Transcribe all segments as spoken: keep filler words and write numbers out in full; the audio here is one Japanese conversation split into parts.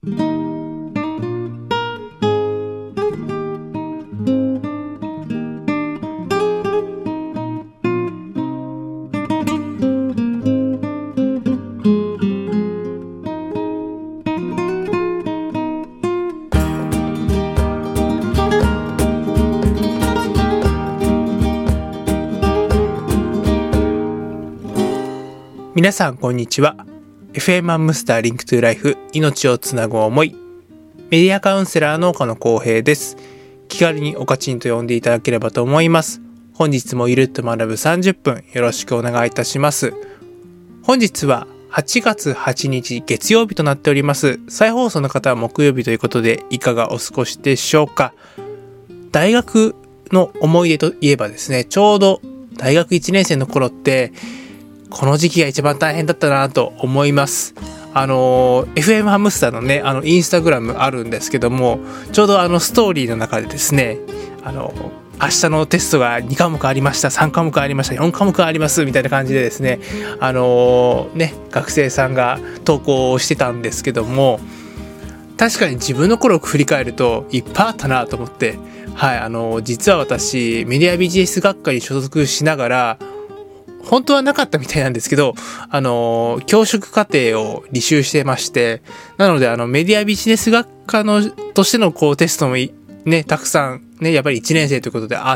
皆さんこんにちは。 エフエム アムスターリンクトゥライフ、命をつなぐ思い、メディアカウンセラーの岡野光平です。気軽におかちんと呼んでいただければと思います。本日もゆるっと学ぶさんじゅっぷん、よろしくお願いいたします。本日ははちがつはちにち月曜日となっております。再放送の方は木曜日ということで、いかがお過ごしでしょうか。大学の思い出といえばですね、ちょうど大学いちねん生の頃ってこの時期が一番大変だったなと思います。あの エフエム ハムスターのね、あのインスタグラムあるんですけども、ちょうどあのストーリーの中でですね、あの明日のテストがにかもくありました、さんかもくありました、よんかもくありますみたいな感じでですね、あのね学生さんが投稿をしてたんですけども、確かに自分の頃を振り返るといっぱいあったなと思って、はい、あの実は私メディアビジネス学科に所属しながら、本当はなかったみたいなんですけど、あの教職課程を履修してまして、なのであのメディアビジネス学科のとしてのこうテストもね、たくさんね、やっぱりいちねん生ということであって、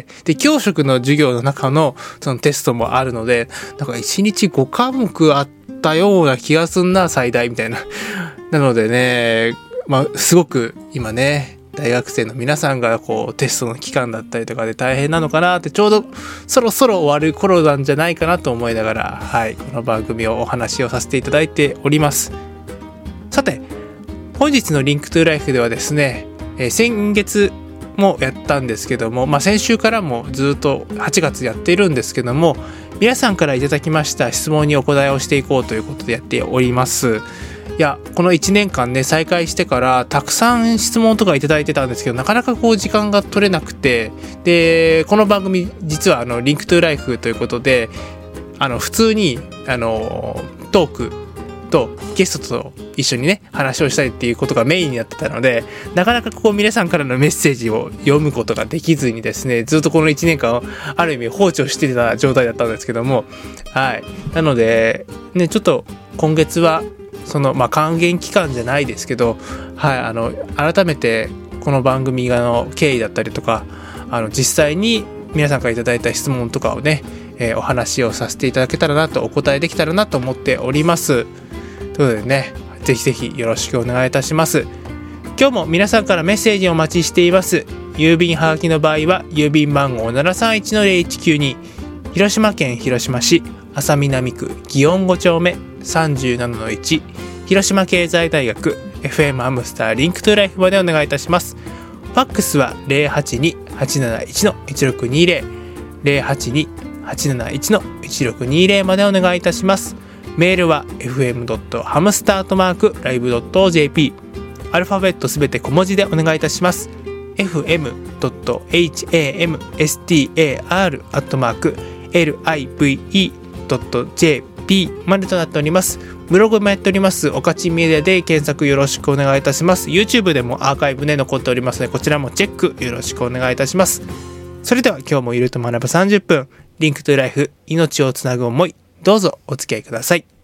で教職の授業の中のそのテストもあるので、なんかいちにちごかもくあったような気がすんな、最大みたいな。なのでね、まあすごく今ね、大学生の皆さんがこうテストの期間だったりとかで大変なのかなって、ちょうどそろそろ終わる頃なんじゃないかなと思いながら、はい、この番組をお話をさせていただいております。さて、本日のリンクトゥライフではですね、えー、先月もやったんですけども、まあ、先週からもずっとはちがつやっているんですけども、皆さんからいただきました質問にお答えをしていこうということでやっております。いや、このいちねんかんね、再開してからたくさん質問とかいただいてたんですけど、なかなかこう時間が取れなくて、でこの番組実はあのリンクトゥライフということで、あの普通にあのトークとゲストと一緒にね話をしたりっていうことがメインになってたので、なかなかこう皆さんからのメッセージを読むことができずにですね、ずっとこのいちねんかんある意味放置をしていた状態だったんですけども、はい、なのでね、ちょっと今月はそのまあ還元期間じゃないですけど、はい、あの改めてこの番組の経緯だったりとか、あの実際に皆さんからいただいた質問とかをね、えー、お話をさせていただけたらなと、お答えできたらなと思っております。ということでね、ぜひぜひよろしくお願いいたします。今日も皆さんからメッセージをお待ちしています。郵便はがきの場合は郵便番号 ななさんいちのゼロいちきゅうに、 広島県広島市安佐南区祇園ご丁目 さんじゅうななのいち、 広島経済大学 エフエム アムスターリンクトゥライフまでお願いいたします。ファックスは ゼロはちに はちなないちのいちろくにゼロ ゼロはちに はちなないちのいちろくにゼロまでお願いいたします。メールは エフエム ドット ハムスター アットマーク ライブ ドット ジェーピー、 アルファベットすべて小文字でお願いいたします。 エフエム ドット ハムスター アットマーク ライブ ドット ジェーピー までとなっております。ブログもやっております。おかちメディアで検索よろしくお願いいたします。 YouTube でもアーカイブで残っておりますので、こちらもチェックよろしくお願いいたします。それでは今日もゆると学ぶさんじゅっぷん、リンクトゥライフ、命をつなぐ思い、どうぞお付き合いください。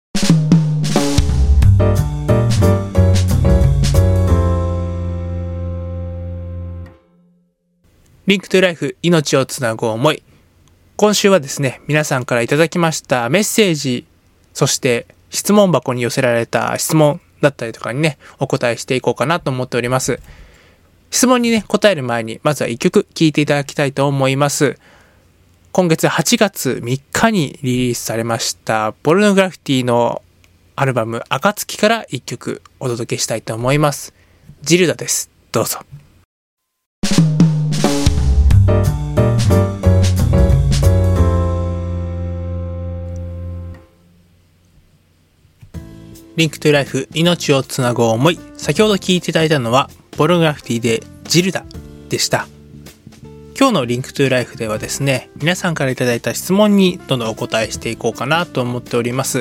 リンクトゥライフ、命をつなぐ思い。今週はですね、皆さんからいただきましたメッセージ、そして質問箱に寄せられた質問だったりとかにね、お答えしていこうかなと思っております。質問にね、答える前にまずはいっきょく聴いていただきたいと思います。今月はちがつみっかにリリースされましたポルノグラフィティのアルバム暁からいっきょくお届けしたいと思います。ジルダです。どうぞ。リンクトゥライフ、命をつなぐ思い。先ほど聞いていただいたのはポルノグラフィティでジルダでした。今日のリンクトゥライフではですね、皆さんからいただいた質問にどんどんお答えしていこうかなと思っております。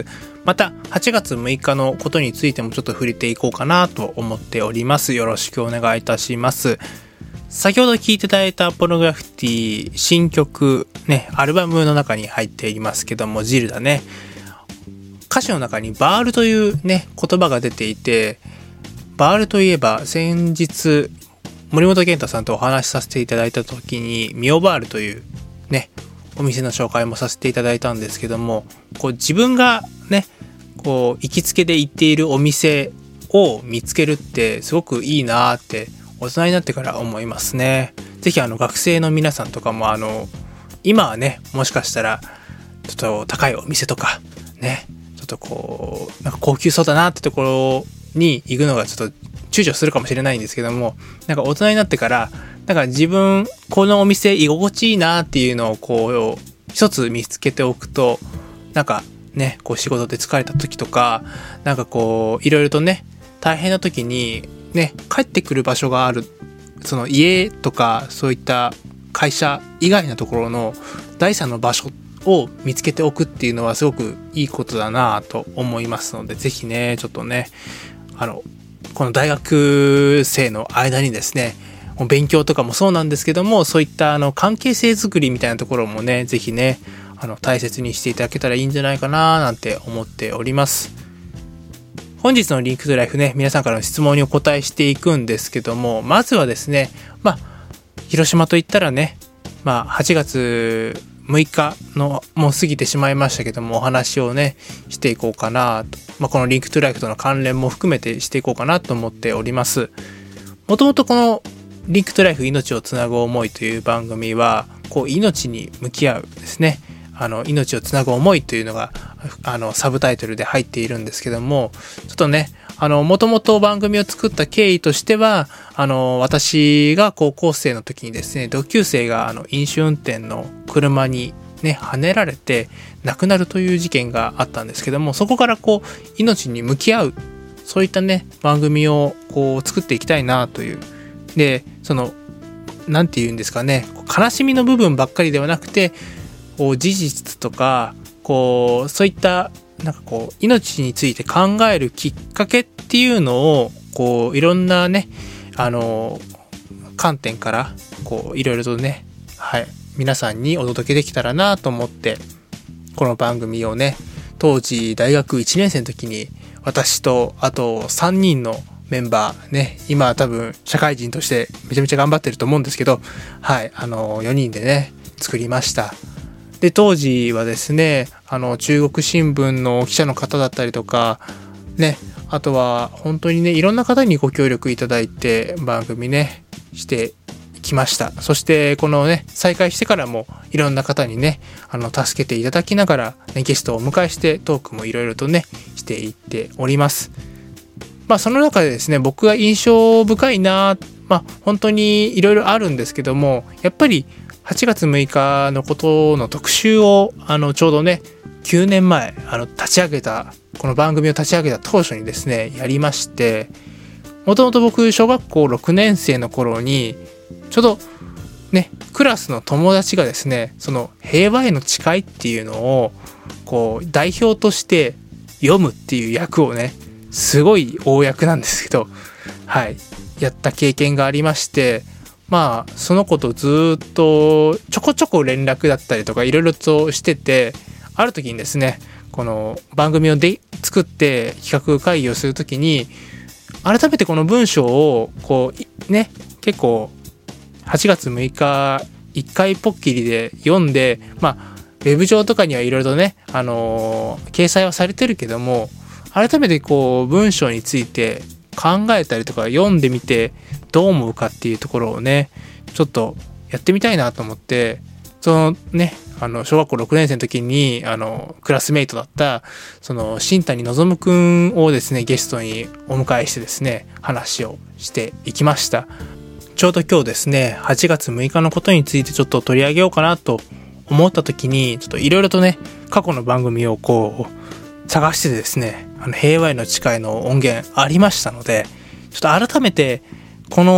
またはちがつむいかのことについてもちょっと触れていこうかなと思っております。よろしくお願いいたします。先ほど聴いていただいたポルノグラフィティ新曲ね、アルバムの中に入っていますけども、ジルダね、歌詞の中にバールというね言葉が出ていて、バールといえば先日森本健太さんとお話しさせていただいた時にミオバールというねお店の紹介もさせていただいたんですけども、こう自分がねこう行きつけで行っているお店を見つけるってすごくいいなーって大人になってから思いますね。ぜひあの学生の皆さんとかもあの今はねもしかしたらちょっと高いお店とかねちょっとこうなんか高級そうだなってところに行くのがちょっと躊躇するかもしれないんですけども、なんか大人になってからなんか自分このお店居心地いいなっていうのをこう一つ見つけておくと、なんかねこう仕事で疲れた時とかなんかこういろいろとね大変な時にね帰ってくる場所がある、その家とかそういった会社以外のところの第三の場所を見つけておくっていうのはすごくいいことだなと思いますので、ぜひねちょっとねあのこの大学生の間にですね勉強とかもそうなんですけども、そういったあの関係性づくりみたいなところもねぜひねあの大切にしていただけたらいいんじゃないかななんて思っております。本日のリンクトゥライフね、皆さんからの質問にお答えしていくんですけども、まずはですね、まあ広島といったらね、まあはちがつむいかのもう過ぎてしまいましたけども、お話をねしていこうかなと、まあ、このリンクトゥライフとの関連も含めてしていこうかなと思っております。もともとこのリンクトゥライフ命をつなぐ思いという番組はこう命に向き合うですね、あの命をつなぐ思いというのがあのサブタイトルで入っているんですけども、ちょっとねあのもともと番組を作った経緯としては、あの私が高校生の時にですね同級生があの飲酒運転の車にねはねられて亡くなるという事件があったんですけども、そこからこう命に向き合うそういったね番組をこう作っていきたいなという、でそのなんて言うんですかね、悲しみの部分ばっかりではなくてこう事実とかこうそういったなんかこう命について考えるきっかけっていうのをこういろんなねあの観点からこういろいろとね、はい、皆さんにお届けできたらなと思ってこの番組をね、当時大学いちねん生の時に私とあとさんにんのメンバーね、今は多分社会人としてめちゃめちゃ頑張ってると思うんですけど、はいあのよにんでね作りました。で当時はですねあの中国新聞の記者の方だったりとかね、あとは本当にねいろんな方にご協力いただいて番組ねしてきました。そしてこのね再開してからもいろんな方にねあの助けていただきながら、ね、ゲストをお迎えしてトークもいろいろとねしていっております。まあその中でですね僕が印象深いな、まあ本当にいろいろあるんですけども、やっぱりはちがつむいかのことの特集をあのちょうどねきゅうねんまえあの立ち上げたこの番組を立ち上げた当初にですねやりまして、もともと僕小学校ろくねん生の頃にちょうどねクラスの友達がですねその平和への誓いっていうのをこう代表として読むっていう役をね、すごい大役なんですけど、はいやった経験がありまして、まあその子とずっとちょこちょこ連絡だったりとかいろいろとしてて、ある時にですねこの番組をで作って企画会議をする時に改めてこの文章をこうね結構はちがつむいかいっかいぽっきりで読んで、まあウェブ上とかにはいろいろとねあのー、掲載はされてるけども、改めてこう文章について考えたりとか読んでみてどう思うかっていうところをねちょっとやってみたいなと思って、そのねあの小学校ろくねん生の時にあのクラスメイトだったその新谷望くんをですねゲストにお迎えしてですね話をしていきました。ちょうど今日ですねはちがつむいかのことについてちょっと取り上げようかなと思った時に、ちょっといろいろとね過去の番組をこう探してですねあの平和への誓いの音源ありましたので、ちょっと改めてこの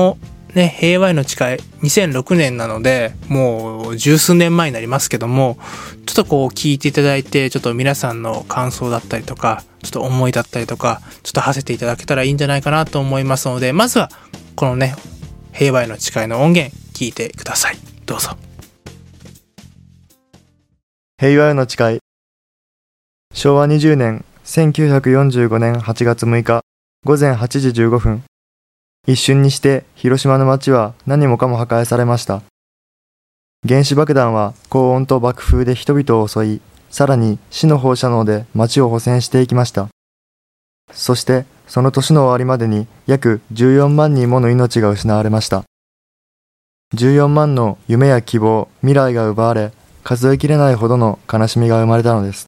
ね、平和への誓いにせんろくねんなのでもう十数年前になりますけども、ちょっとこう聞いていただいて、ちょっと皆さんの感想だったりとか、ちょっと思いだったりとか、ちょっと馳せていただけたらいいんじゃないかなと思いますので、まずはこのね、平和への誓いの音源聞いてください。どうぞ。 平和への誓い。しょうわにじゅうねんせんきゅうひゃくよんじゅうごねんはちがつむいかごぜんはちじじゅうごふん、一瞬にして広島の町は何もかも破壊されました。原子爆弾は高温と爆風で人々を襲い、さらに死の放射能で町を汚染していきました。そしてその年の終わりまでに約じゅうよんまんにんもの命が失われました。じゅうよんまんの夢や希望、未来が奪われ、数えきれないほどの悲しみが生まれたのです。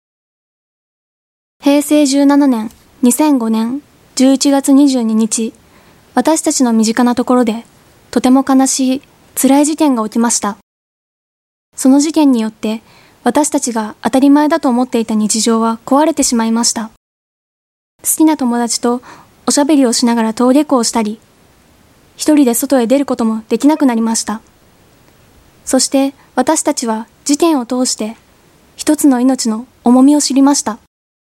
へいせいじゅうななねんにせんごねんじゅういちがつにじゅうににち、私たちの身近なところでとても悲しい辛い事件が起きました。その事件によって私たちが当たり前だと思っていた日常は壊れてしまいました。好きな友達とおしゃべりをしながら登下校したり、一人で外へ出ることもできなくなりました。そして私たちは事件を通して一つの命の重みを知りました。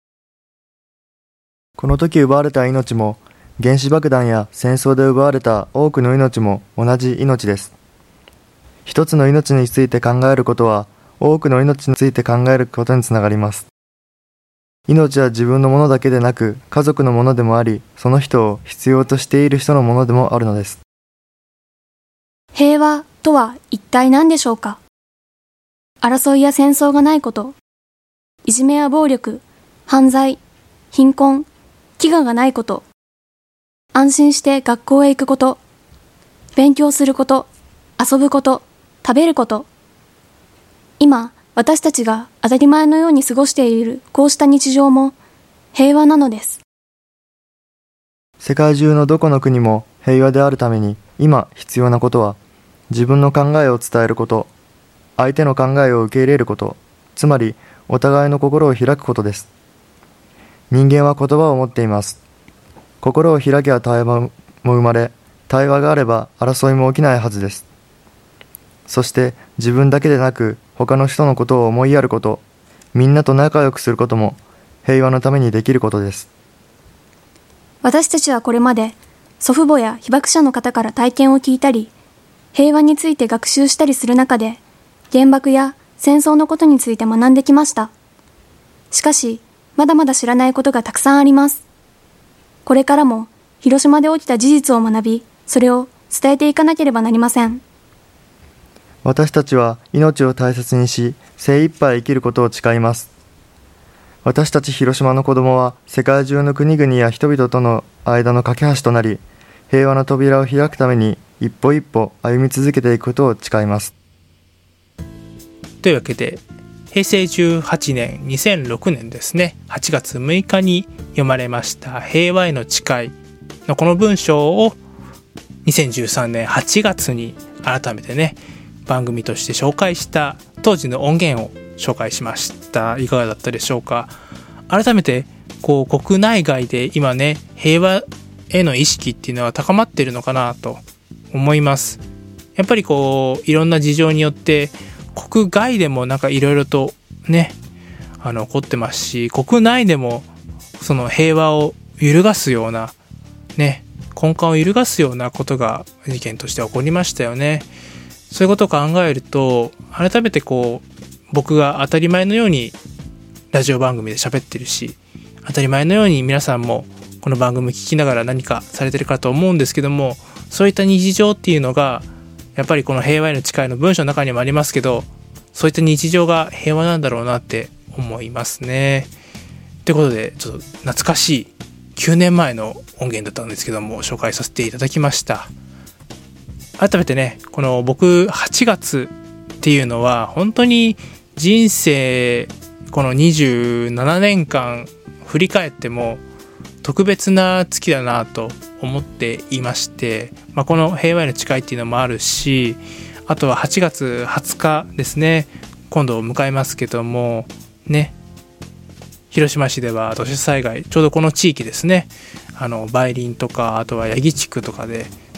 この時奪われた命も、原子爆弾や戦争で奪われた多くの命も同じ命です。一つの命について考えることは、多くの命について考えることにつながります。命は自分のものだけでなく、家族のものでもあり、その人を必要としている人のものでもあるのです。 平和とは一体何でしょうか。争いや戦争がないこと、いじめや暴力、犯罪、貧困、飢餓がないこと、安心して学校へ行くこと、勉強すること、遊ぶこと、食べること。今、私たちが当たり前のように過ごしているこうした日常も平和なのです。 世界中のどこの国も平和であるために今必要なことは、自分の考えを伝えること、相手の考えを受け入れること、つまりお互いの心を開くことです。人間は言葉を持っています。心を開けば対話も生まれ、対話があれば争いも起きないはずです。そして自分だけでなく他の人のことを思いやること、みんなと仲良くすることも平和のためにできることです。 私たちはこれまで祖父母や被爆者の方から体験を聞いたり、平和について学習したりする中で、原爆や戦争のことについて学んできました。しかし、まだまだ知らないことがたくさんあります。これからも広島で起きた事実を学び、それを伝えていかなければなりません。 私たちは命を大切にし、精一杯生きることを誓います。私たち広島の子供は世界中の国々や人々との間の架け橋となり、平和の扉を開くために一歩一歩歩み続けていくことを誓います。 というわけで、へいせいじゅうはちねんにせんろくねんですね、はちがつむいかに読まれました平和への誓いのこの文章をにせんじゅうさんねんはちがつに改めてね、番組として紹介した当時の音源を紹介しました。いかがだったでしょうか。改めてこう国内外で今ね、平和への意識っていうのは高まっているのかなと思います。やっぱりこういろんな事情によって国外でもなんかいろいろとね、あの起こってますし、国内でもその平和を揺るがすようなね、根幹を揺るがすようなことが事件として起こりましたよね。そういうことを考えると、改めてこう僕が当たり前のようにラジオ番組で喋ってるし、当たり前のように皆さんもこの番組聞きながら何かされてるかと思うんですけども、そういった日常っていうのがやっぱりこの平和への誓いの文章の中にもありますけど、そういった日常が平和なんだろうなって思いますね。ということで、ちょっと懐かしいきゅうねんまえの音源だったんですけども、紹介させていただきました。改めてね、この僕はちがつっていうのは本当に人生このにじゅうななねんかん振り返っても特別な月だなと思っていまして、まあ、この平和への誓いっていうのもあるし、あとははちがつはつかですね、今度迎えますけどもね、広島市では土砂災害、ちょうどこの地域ですね、あの梅林とかあとは八木地区とかで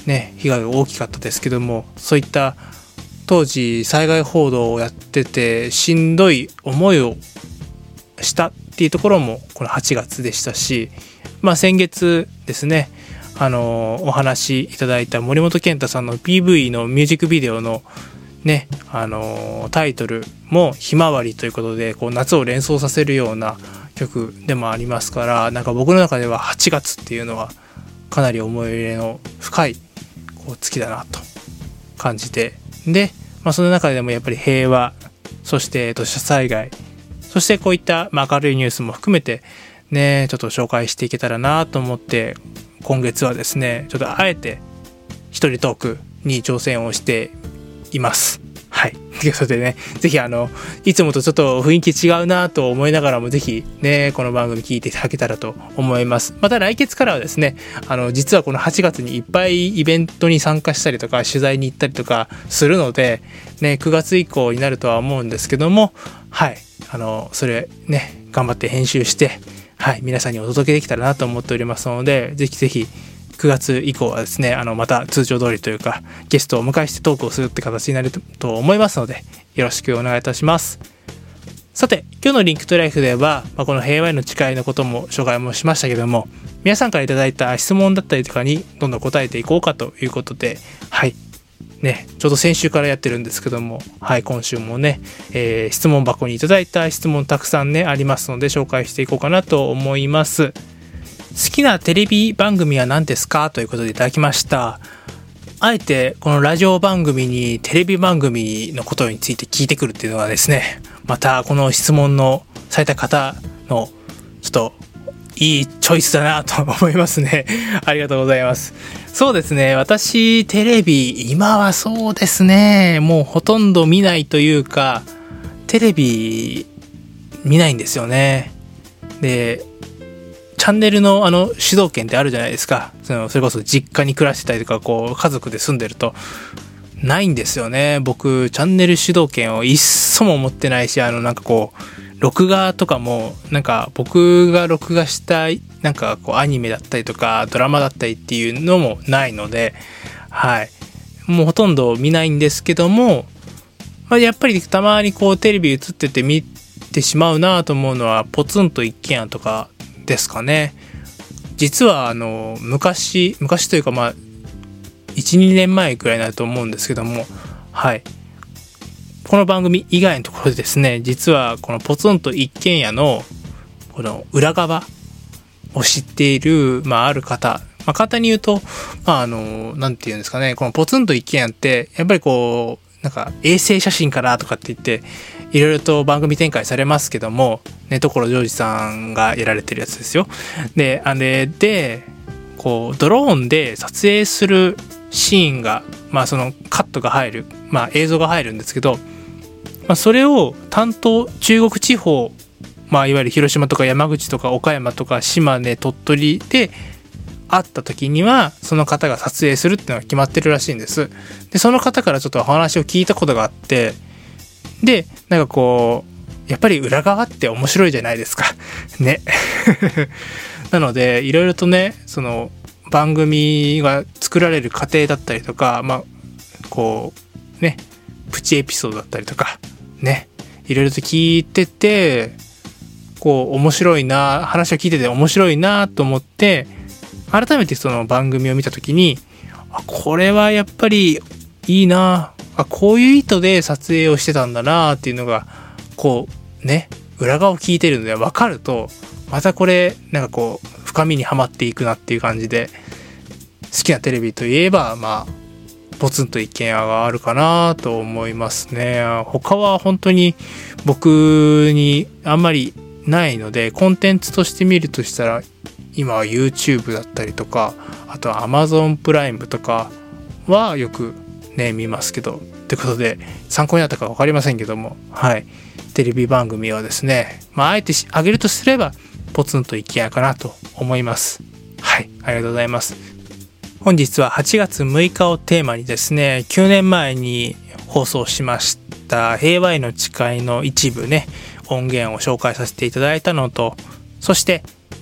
ね被害が大きかったですけども、そういった当時災害報道をやっててしんどい思いをしたっていうところもこのはちがつでしたし、まあ先月ですね、あのお話いただいた森本健太さんの ピーブイ のミュージックビデオのね、あのタイトルもひまわりということで、こう夏を連想させるような曲でもありますから、なんか僕の中でははちがつっていうのはかなり思い入れの深いこう月だなと感じて、で、まあ、その中でもやっぱり平和、そして土砂災害、そしてこういった、まあ、明るいニュースも含めてね、ちょっと紹介していけたらなと思って、今月はですねちょっとあえて一人トークに挑戦をしています。はい。ということでね、ぜひあのいつもとちょっと雰囲気違うなと思いながらも、ぜひねこの番組聞いていただけたらと思います。また来月からはですね、あの実はこのはちがつにいっぱいイベントに参加したりとか取材に行ったりとかするのでね、くがつ以降になるとは思うんですけども、はい、あのそれね頑張って編集して、はい、皆さんにお届けできたらなと思っておりますので、ぜひぜひくがつ以降はですね、あのまた通常通りというかゲストをお迎えしてトークをするって形になると思いますので、よろしくお願いいたします。さて、今日のリンクトゥライフでは、まあ、この平和への誓いのことも紹介もしましたけども、皆さんからいただいた質問だったりとかにどんどん答えていこうかということで、はいね、ちょうど先週からやってるんですけども、はい、今週もね、えー、質問箱にいただいた質問たくさんねありますので紹介していこうかなと思います。好きなテレビ番組は何ですかということでいただきました。あえてこのラジオ番組にテレビ番組のことについて聞いてくるっていうのはですね、またこの質問のされた方のちょっといいチョイスだなと思いますね。ありがとうございます。そうですね、私テレビ今はそうですね、もうほとんど見ないというかテレビ見ないんですよね。でチャンネルのあの主導権ってあるじゃないですか。そのそれこそ実家に暮らしてたりとか、こう家族で住んでるとないんですよね。僕チャンネル主導権を一層も持ってないし、あのなんかこう録画とかもなんか僕が録画したいなんかこうアニメだったりとかドラマだったりっていうのもないので、はい、もうほとんど見ないんですけども、まあ、やっぱりたまにこうテレビ映ってて見てしまうなと思うのはポツンと一軒家とかですかね。実はあの昔昔というかまあ いちにねんまえくらいになると思うんですけども、はい、この番組以外のところでですね、実はこのポツンと一軒家のこの裏側を知っている、まあ、ある方、まあ、簡単に言うと、まあ、あのなんていうんですかね、このポツンと一軒家ってやっぱりこうなんか衛星写真からとかって言っていろいろと番組展開されますけどもね、所ジョージさんがやられてるやつですよ。で、あれでこうドローンで撮影するシーンが、まあそのカットが入る、まあ映像が入るんですけど、まあ、それを担当中国地方、まあいわゆる広島とか山口とか岡山とか島根鳥取で会った時にはその方が撮影するっていうのが決まってるらしいんです。でその方からちょっとお話を聞いたことがあって、でなんかこうやっぱり裏側って面白いじゃないですかねなのでいろいろとね、その番組が作られる過程だったりとか、まあこうねプチエピソードだったりとかね、いろいろと聞いててこう面白いな、話を聞いてて面白いなと思って、改めてその番組を見た時に、あ、これはやっぱりいいな、あ、こういう意図で撮影をしてたんだなっていうのがこうね、裏側を聞いてるので分かると、またこれなんかこう深みにはまっていくなっていう感じで、好きなテレビといえばまあポツンと一軒家があるかなと思いますね。他は本当に僕にあんまりないので、コンテンツとして見るとしたら今は YouTube だったりとか、あとは Amazon プライムとかはよくね見ますけど、ということで参考になったか分かりませんけども、はい、テレビ番組はですね、まああえてあげるとすればポツンと一軒家かなと思います。はい、ありがとうございます。本日ははちがつむいかをテーマにですね、きゅうねんまえに放送しました平和への誓いの一部ね、音源を紹介させていただいたのと、そして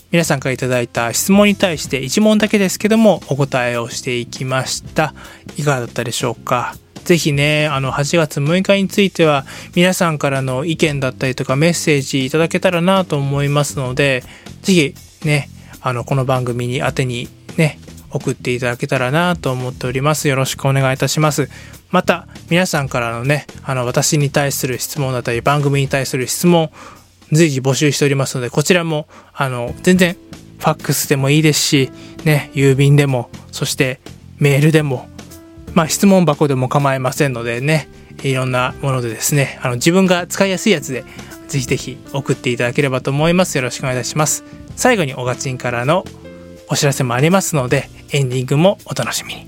皆さんからいただいた質問に対していち問だけですけどもお答えをしていきました。いかがだったでしょうか。ぜひね、あのはちがつむいかについては皆さんからの意見だったりとかメッセージいただけたらなと思いますので、ぜひね、あのこの番組に宛てにね送っていただけたらなと思っております。よろしくお願いいたします。また皆さんからのね、あの私に対する質問だったり番組に対する質問随時募集しておりますので、こちらもあの全然ファックスでもいいですしね、郵便でも、そしてメールでも、まあ質問箱でも構いませんのでね、いろんなものでですね、あの自分が使いやすいやつでぜひぜひ送っていただければと思います。よろしくお願いいたします。最後におがちんからのお知らせもありますので、エンディングもお楽しみに。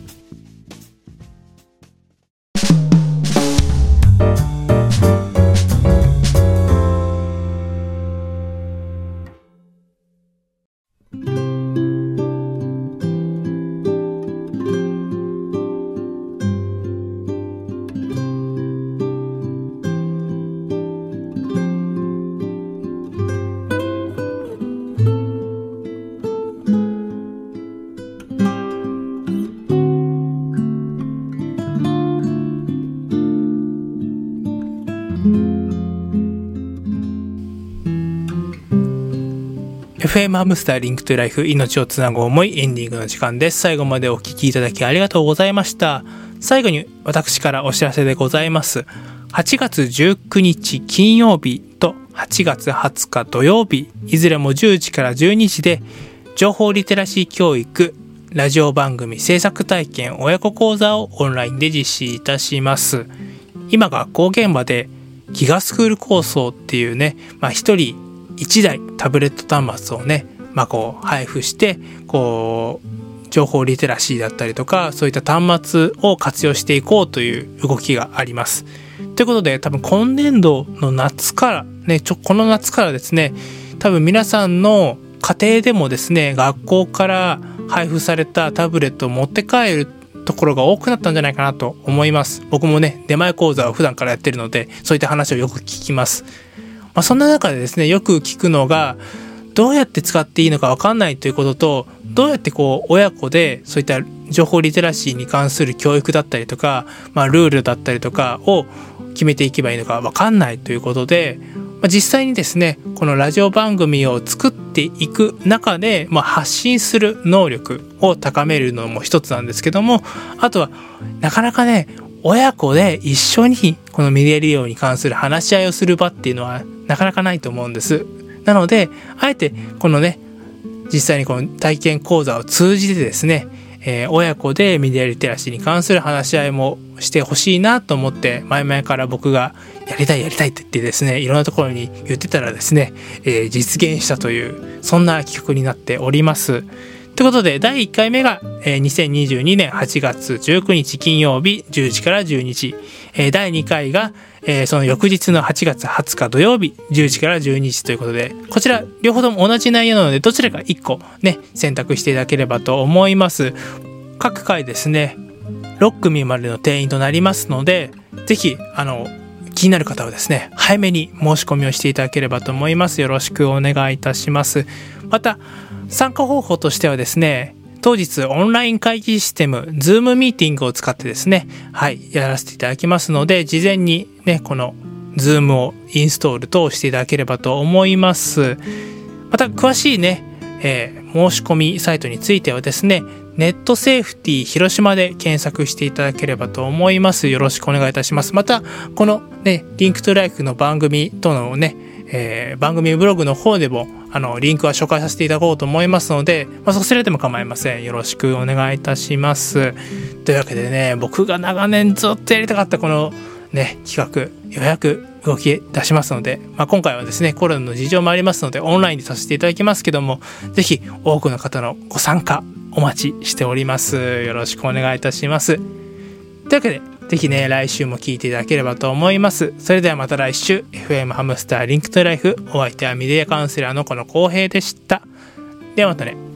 エフエム ハムスターリンクトゥライフ、命をつなぐ思い、エンディングの時間です。最後までお聞きいただきありがとうございました。最後に私からお知らせでございます。はちがつじゅうくにち金曜日とはちがつはつか土曜日、いずれもじゅうじからじゅうにじで情報リテラシー教育ラジオ番組制作体験親子講座をオンラインで実施いたします。今学校現場でギガスクール構想っていうね、まあ一人いちだいタブレット端末をね、まあこう配布して、こう情報リテラシーだったりとか、そういった端末を活用していこうという動きがあります。ということで、多分今年度の夏からね、ちょこの夏からですね、多分皆さんの家庭でもですね、学校から配布されたタブレットを持って帰るところが多くなったんじゃないかなと思います。僕もね、出前講座を普段からやってるので、そういった話をよく聞きます。まあ、そんな中でですね、よく聞くのが、どうやって使っていいのか分かんないということと、どうやってこう親子でそういった情報リテラシーに関する教育だったりとか、まあ、ルールだったりとかを決めていけばいいのか分かんないということで、まあ、実際にですね、このラジオ番組を作っていく中で、まあ、発信する能力を高めるのも一つなんですけども、あとはなかなかね、親子で一緒にこのメディア利用に関する話し合いをする場っていうのはなかなかないと思うんです。なので、あえてこのね、実際にこの体験講座を通じてですね、えー、親子でメディアリテラシーに関する話し合いもしてほしいなと思って、前々から僕がやりたいやりたいって言ってですね、いろんなところに言ってたらですね、えー、実現したという、そんな企画になっております。ということで、だいいっかいめが、えー、にせんにじゅうにねんはちがつじゅうくにち金曜日じゅうじからじゅうにじ、えー、だいにかいが、えー、その翌日のはちがつはつか土曜日じゅうじからじゅうにじということで、こちら両方とも同じ内容なので、どちらかいっこね、選択していただければと思います。各回ですね、ろっくみまでの定員となりますので、ぜひあの気になる方はですね、早めに申し込みをしていただければと思います。よろしくお願いいたします。また参加方法としてはですね、当日オンライン会議システム Zoom ミーティングを使ってですね、はい、やらせていただきますので、事前にね、この Zoom をインストール等していただければと思います。また詳しいね、えー、申し込みサイトについてはですね、ネットセーフティー広島で検索していただければと思います。よろしくお願いいたします。またこのね、リンクトゥライフの番組とのね、えー、番組ブログの方でもあのリンクは紹介させていただこうと思いますので、まあ、そちらでも構いません。よろしくお願いいたします。というわけでね、僕が長年ずっとやりたかったこのね、企画ようやく動き出しますので、まあ、今回はですね、コロナの事情もありますのでオンラインでさせていただきますけども、ぜひ多くの方のご参加お待ちしております。よろしくお願いいたします。というわけで、ぜひね、来週も聞いていただければと思います。それではまた来週、 エフエム ハムスターリンクトゥライフ、お相手はメディアカウンセラーのこの浩平でした。ではまたね。